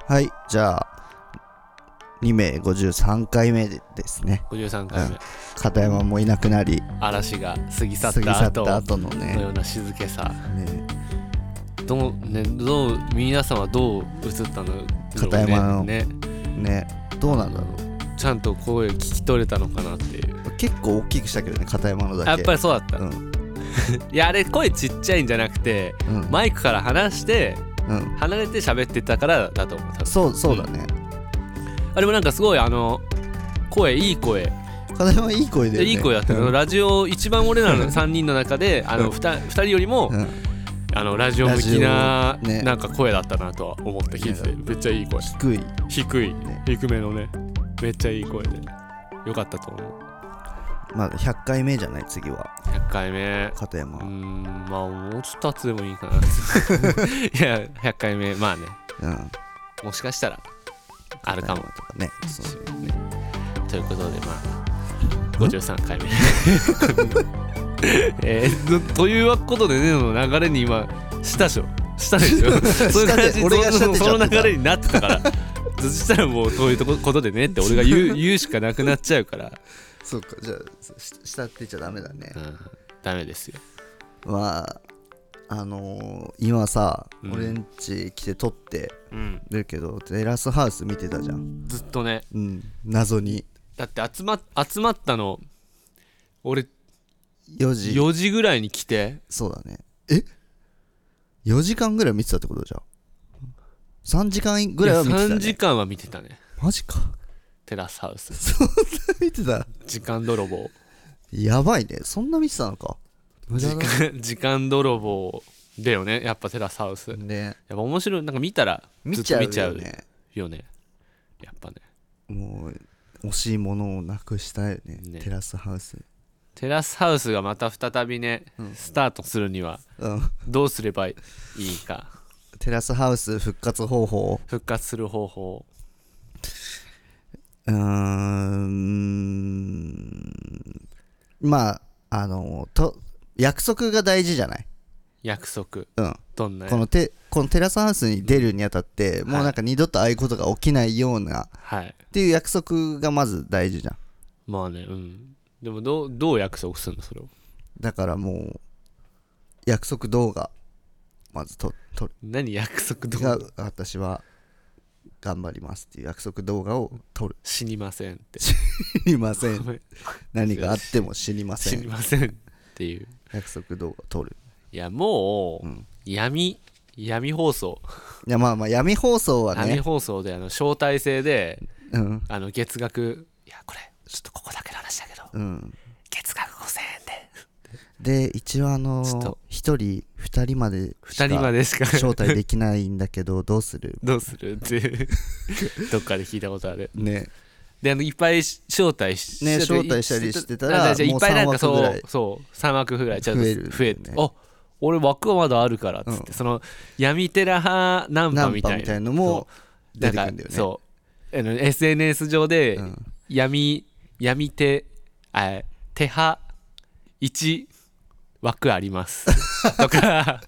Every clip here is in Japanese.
はい、じゃあ2名53回目ですね。 53回目、 片山もいなくなり嵐が過ぎ去った後のねのような静けさ、 ね、 どう皆さんはどう映ったのだろうね。 片山のねどうなんだろう。 ちゃんと声聞き取れたのかなっていう。 結構大きくしたけどね、片山のだけ。 やっぱりそうだった、 うん、 いやあれ声ちっちゃいんじゃなくて、 うん、 マイクから離して離れて喋ってたからだと思う。 そうだね、 あれもなんかすごい声いい声、 片山いい声で、ね、 いい声だったよ、ラジオ一番俺らの3人の中で2人よりも、ラジオ向きな、 ね、 なんか声だったなとは思って聞いてて、めっちゃいい声、低めのね、めっちゃいい声でよかったと思う。 まあ100回目じゃない、次は 100回目片山。 まあもうちょっと経つでもいいかな。いや100回目、まあね、もしかしたらあるかもとかね。そうね。ということで、まあ53回目ということでねの流れに今したでしょそういう感じ、 俺がしたってその流れになってたから、そしたらもうそういうことでねって俺が言うしかなくなっちゃうから。 そうか、じゃあしたって言っちゃダメだね。 ダメですよ。 まあ今さ、俺ん家来て撮ってるけど、テラスハウス見てたじゃん、 ずっとね。 謎に。 だって集まったの俺 4 時ぐらいに来て。 そうだね。4時間ぐらい見てたってことじゃん。3時間ぐらいは見てたね。 3時間は見てたね。 マジか。 テラスハウスそんな見てた。 時間泥棒。 やばいね、そんな見てたのか。 時間泥棒だよね、やっぱテラスハウスね。やっぱ面白い、なんか見たらずっと見ちゃうよね。やっぱね、 もう惜しいものをなくしたいよね、テラスハウス。 テラスハウスがまた再びね、スタートするにはどうすればいいか。 テラスハウス復活する方法。 まあ約束が大事じゃない。 約束、どんなこのテラスハウスに出るにあたって、もうなんか二度とああいうことが起きないような、っていう約束がまず大事じゃん。 まあね、でもどう約束するのそれを。 だからもう約束動画まず撮る。 何約束動画？ 私は頑張りますっていう約束動画を撮る。 死にませんって。 死にません。何があっても死にません。 死にませんっていう約束動画を撮る。 いやもう、闇放送。 いやまあ闇放送はね。 闇放送で招待制で、月額、いやこれちょっとここだけの話だけど、月額5000円で一応1人2人までしか招待できないんだけどどうするってどっかで聞いたことあるね。 でいっぱい招待したりしてたら、 いっぱいなんかそう 3枠ぐらいちょっと増えて、 あ、 俺枠はまだあるからっつって、その闇テラ派ナンパみたいなのも出てくるんだよね。 そう SNS 上で闇手派1枠ありますとか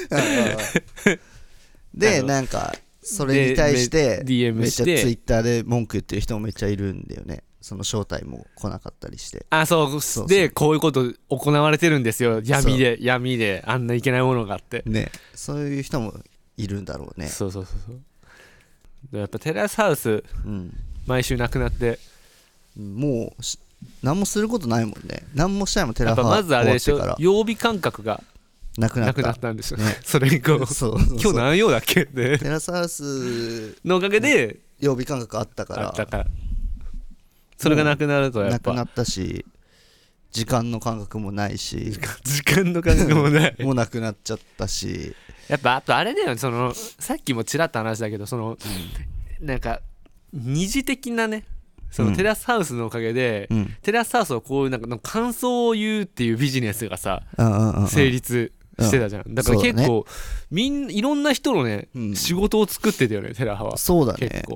でなんかそれに対して DM してめっちゃ Twitter で文句言ってる人もめっちゃいるんだよね。その招待も来なかったりして、 そうでこういうこと行われてるんですよ、闇であんないけないものがあってね。そういう人もいるんだろうね。 そうやっぱテラスハウス、毎週なくなってもう何もすることないもんね。何もしたいもん。テラハまずあれでしょ、曜日感覚がなくなったんですよね。それ以降今日何曜だっけってテラスハウスのおかげで曜日感覚あったからそれがなくなるとやっぱなくなったし、時間の感覚もないし時間の感覚もないもうなくなっちゃったし、 やっぱあとあれだよね、さっきもちらっと話したけどなんか二次的なね、そのテラスハウスのおかげで、テラスハウスをこういうなんか感想を言うっていうビジネスがさ、成立してたじゃん。だから結構いろんな人のね、仕事を作ってたよね、テラハは。 そうだね。 結構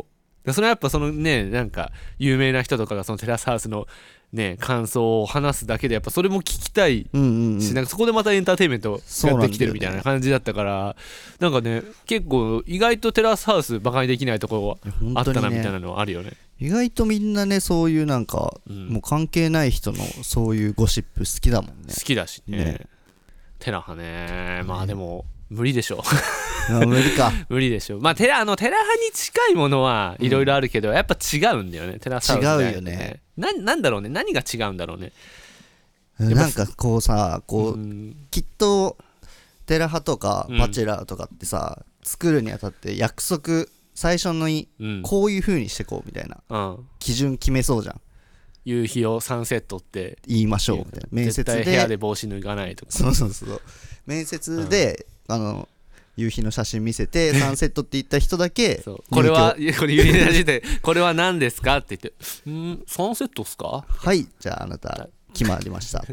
そのやっぱそのねなんか有名な人とかがそのテラスハウスのね感想を話すだけでやっぱそれも聞きたいし、なんかそこでまたエンターテインメントができてるみたいな感じだったからなんかね結構意外とテラスハウスバカにできないところはあったなみたいなのはあるよね。 意外とみんなねそういうなんか、もう関係ない人のそういうゴシップ好きだもんね。 好きだしねテラハねまあでも無理でしょ無理か無理でしょ。まあテラハに近いものはいろいろあるけど、やっぱ違うんだよねテラスハウス違うよね。 なんだろうね何が違うんだろうね。 なんかこうさこう、きっとテラハとかバチェラーとかってさ、作るにあたって約束最初にこういう風にしてこうみたいな、基準決めそうじゃん。 夕日をサンセットって言いましょうみたいな。面接で絶対部屋で帽子脱がないとか。 そう面接で、夕日の写真見せてサンセットって言った人だけこれは夕日の写真でこれは何ですかって言ってサンセットっすかはいじゃああなた決まりました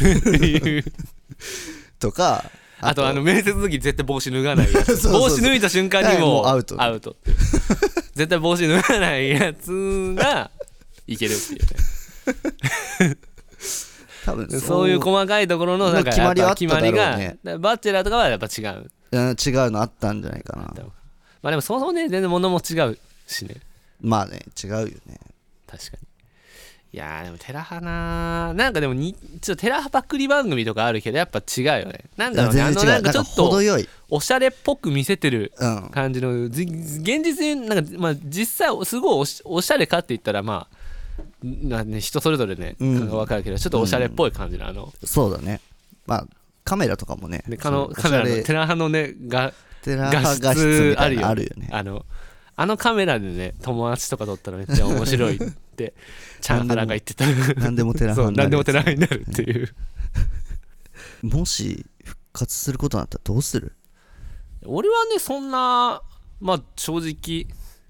とかあと面接の時絶対帽子脱がないやつ帽子脱いだ瞬間にもうアウトって絶対帽子脱がないやつがいけるっていうね多分そういう細かいところのなんか決まりはあっただろうね。 バチェラーとかはやっぱ違う、 違うのあったんじゃないかな。 まあでもそもそもね全然物も違うしね。 まあね違うよね確かに。いやでもテラハなんかでもちょっとテラハパクリ番組とかあるけどやっぱ違うよね。なんだろうねなんかちょっとおしゃれっぽく見せてる感じの、現実になんかまあ実際すごいおしゃれかって言ったらまあ人それぞれね分かるけどちょっとおしゃれっぽい感じのそうだね。まあカメラとかもねカメラのテラハのね画質あるよね。あのカメラでね友達とか撮ったらめっちゃ面白いってチャンハラが言ってた。 何でもテラハになる。 何でもテラハになるっていうもし復活することになったらどうする？ 俺はねそんなまあ正直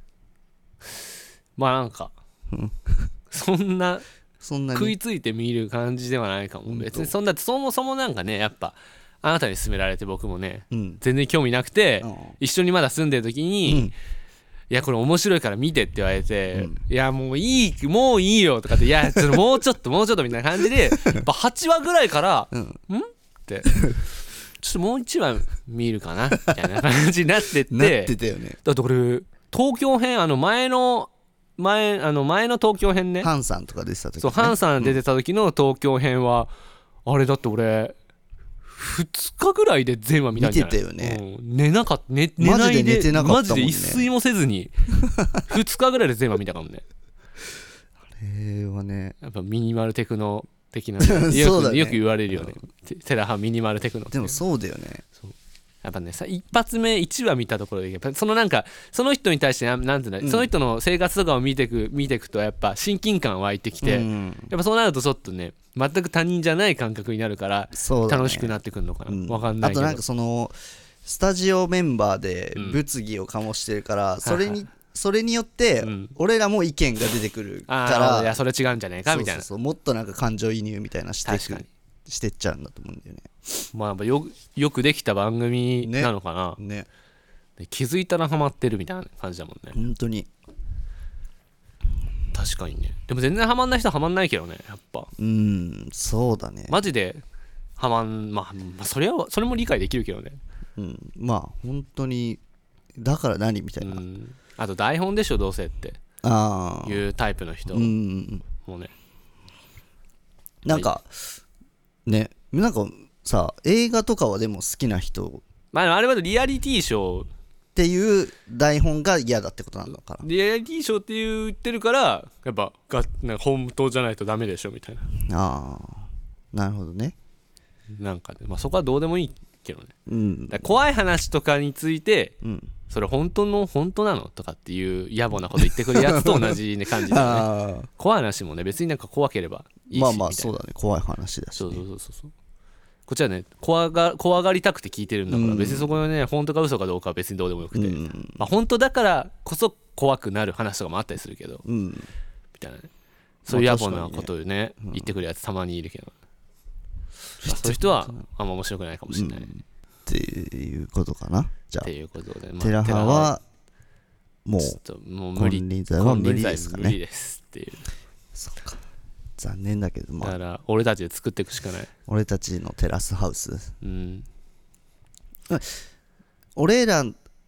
まあなんかそんな食いついて見る感じではないかも。別にそんなそもそもなんかねやっぱあなたに勧められて僕もね、全然興味なくて、一緒にまだ住んでる時に、いやこれ面白いから見てって言われて、いやもういいよとかっていやちょっともうちょっとみたいな感じでやっぱ8話ぐらいからってちょっともう1話見るかなみたいな感じになってってなってたよね。 だってこれ東京編前の東京編ねハンさんとか出てた時、ね、 そうハンさん出てた時の東京編は、あれだって俺2日ぐらいで全話見たんじゃない？ 見てたよね、 寝ないでマジで一睡もせずに2日ぐらいで全話見たかもね。 あれはねやっぱミニマルテクノ的な、ねよく言われるよね、テラハミニマルテクノって。 でもそうだよね。 そうやっぱね一発目1話見たところでやっぱそのなんかその人に対してなんていうの、その人の生活とかを見ていくとやっぱ親近感湧いてきて、やっぱそうなるとちょっとね全く他人じゃない感覚になるから楽しくなってくるのかな、分かんないけど。 あとなんかそのスタジオメンバーで物議を醸してるから、それによって俺らも意見が出てくるから、 いやそれ違うんじゃないかみたいな。 そうもっとなんか感情移入みたいなしてっちゃうんだと思うんだよね。 まあやっぱよくできた番組なのかな、 ねで気づいたらハマってるみたいな感じだもんね。 本当に確かにね。でも全然ハマんない人はハマんないけどねやっぱ。 そうだね。 マジでまあそれも理解できるけどね。 まあ本当にだから何みたいな。 あと台本でしょどうせっていうタイプの人もね。 なんかねなんかさ映画とかはでも好きな人、 まああれはリアリティショーっていう台本が嫌だってことなのかな。 リアリティショーって言ってるからやっぱなんか本当じゃないとダメでしょみたいな。 なるほどね。 なんかね、まあ、そこはどうでもいいけどね、だ怖い話とかについて、それ本当なのとかっていう野暮なこと言ってくるやつと同じ、ね、感じだよね怖い話もね別になんか怖ければいいしまあそうだね怖い話だし、ね、 そうこっちはね怖がりたくて聞いてるんだから、別にそこのね本当か嘘かどうかは別にどうでもよくて、まあ、本当だからこそ怖くなる話とかもあったりするけど、みたいなねそういう野暮なことをね、言ってくるやつたまにいるけど、まあ、そういう人はあんま面白くないかもしれない、 っていうことかな。じゃあっていうことで、 テラハはもうちょっともう無理、 金輪際は無理ですかね。 無理ですっていう。 そうか、残念だけど、 だから俺たちで作っていくしかない。 俺たちのテラスハウス、 うん、 俺ら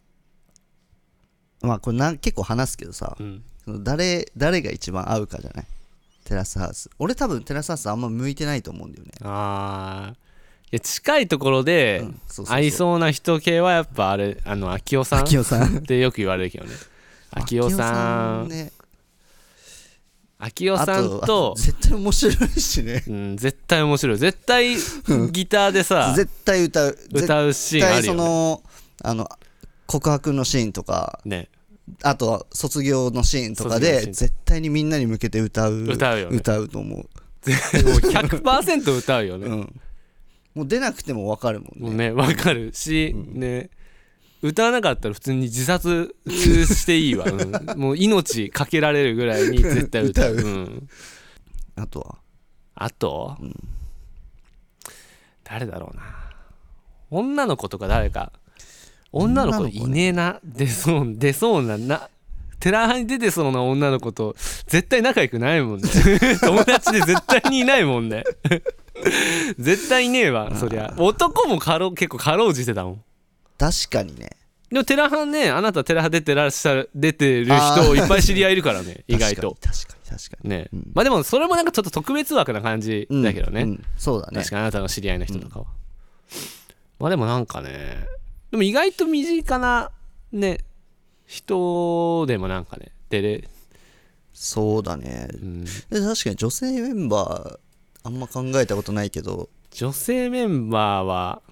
まあこれ結構話すけどさ、 うん、 誰が一番合うかじゃない、テラスハウス。俺多分テラスハウスあんま向いてないと思うんだよね。 あー、いや近いところで合いそうな人系はやっぱあれ、秋代さんってよく言われるけどね。秋代さんね、秋代さんと絶対面白いしね、 うん、絶対面白い、絶対ギターでさ絶対歌うシーンあるよね。 絶対その告白のシーンとかね、あとは卒業のシーンとかで絶対にみんなに向けて歌うよね、歌うと思う。もう 100% 歌うよね、うん、 もう出なくても分かるもんね。 もうね、分かるし、うん、ね、歌わなかったら普通に自殺していいわ、うん、もう命かけられるぐらいに絶対歌う、うん、 あとは、うん、 誰だろうな、女の子とか誰か、女の子いねえな、出そうなテラハに出てそうな女の子と絶対仲良くないもんね友達で絶対にいないもんね絶対いねえわ、そりゃ。男も結構かろうじてたもん。 確かにね。 でもテラハね、あなたテラハ出てる人いっぱい知り合いいるからね意外と。 確かにね、うん、まあでもそれもなんかちょっと特別枠な感じだけどね、 うんうん、そうだね。 確かにあなたの知り合いの人とかは、まあでもなんかね、でも意外と身近なね人でもなんかねそうだね、うん、で確かに女性メンバーあんま考えたことないけど、 女性メンバ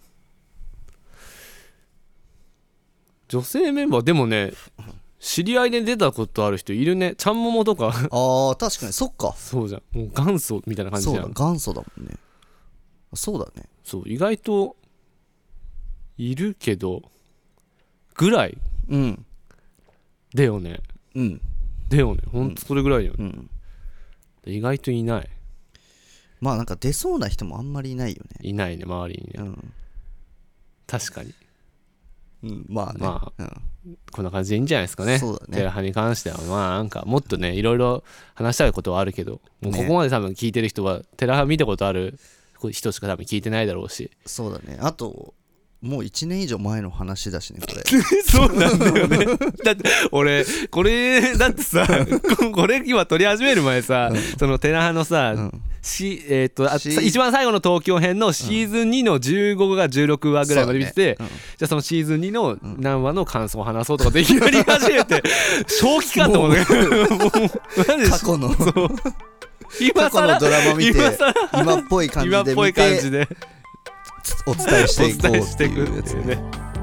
ーでもね知り合いで出たことある人いるね。ちゃんももとかあー確かに、そっか、 そうじゃん、もう元祖みたいな感じじゃん。 そうだ、元祖だもんね。そうだね、 そう意外といるけどぐらい、 うん、 だよね、 うん、 だよね、ほんとそれぐらいよね、うん、意外といない。 まあなんか出そうな人もあんまりいないよね。 いないね、周りにね、うん、確かに、 うん、まあね、 まあ、うん、こんな感じでいいんじゃないですかね。 そうだね。 テラハに関してはまあなんかもっとねいろいろ話したいことはあるけど、もうここまで多分聞いてる人はテラハ見たことある人しか多分聞いてないだろうし。 そうだね。あともう1年以上前の話だしねこれそうなんだよねだって俺これだってさこれ今撮り始める前さ、うん、そのテラハのさ、うん、一番最後の東京編のシーズン2の15が16話ぐらいまで見てて、うん、じゃあそのシーズン2の何話の感想を話そうとかできなり始めて正気かと思うね過去のドラマ見て今っぽい感じでお伝えしていこうっていうやつね。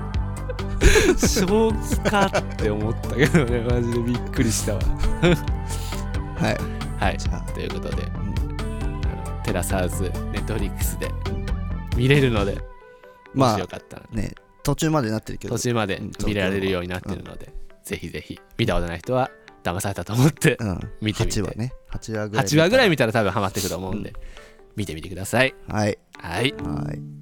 正気かって思ったけどね、マジでびっくりしたわはい、 じゃあということで、テラスハウスネットフリックスで見れるので、もしよかったら、 ね、途中までなってるけど途中まで見られるようになってるので、ぜひぜひ見たことない人は騙されたと思って見てみて、 8話ぐらい見たら多分ハマってくると思うんで、見てみてください。 はい。 はい。 はい。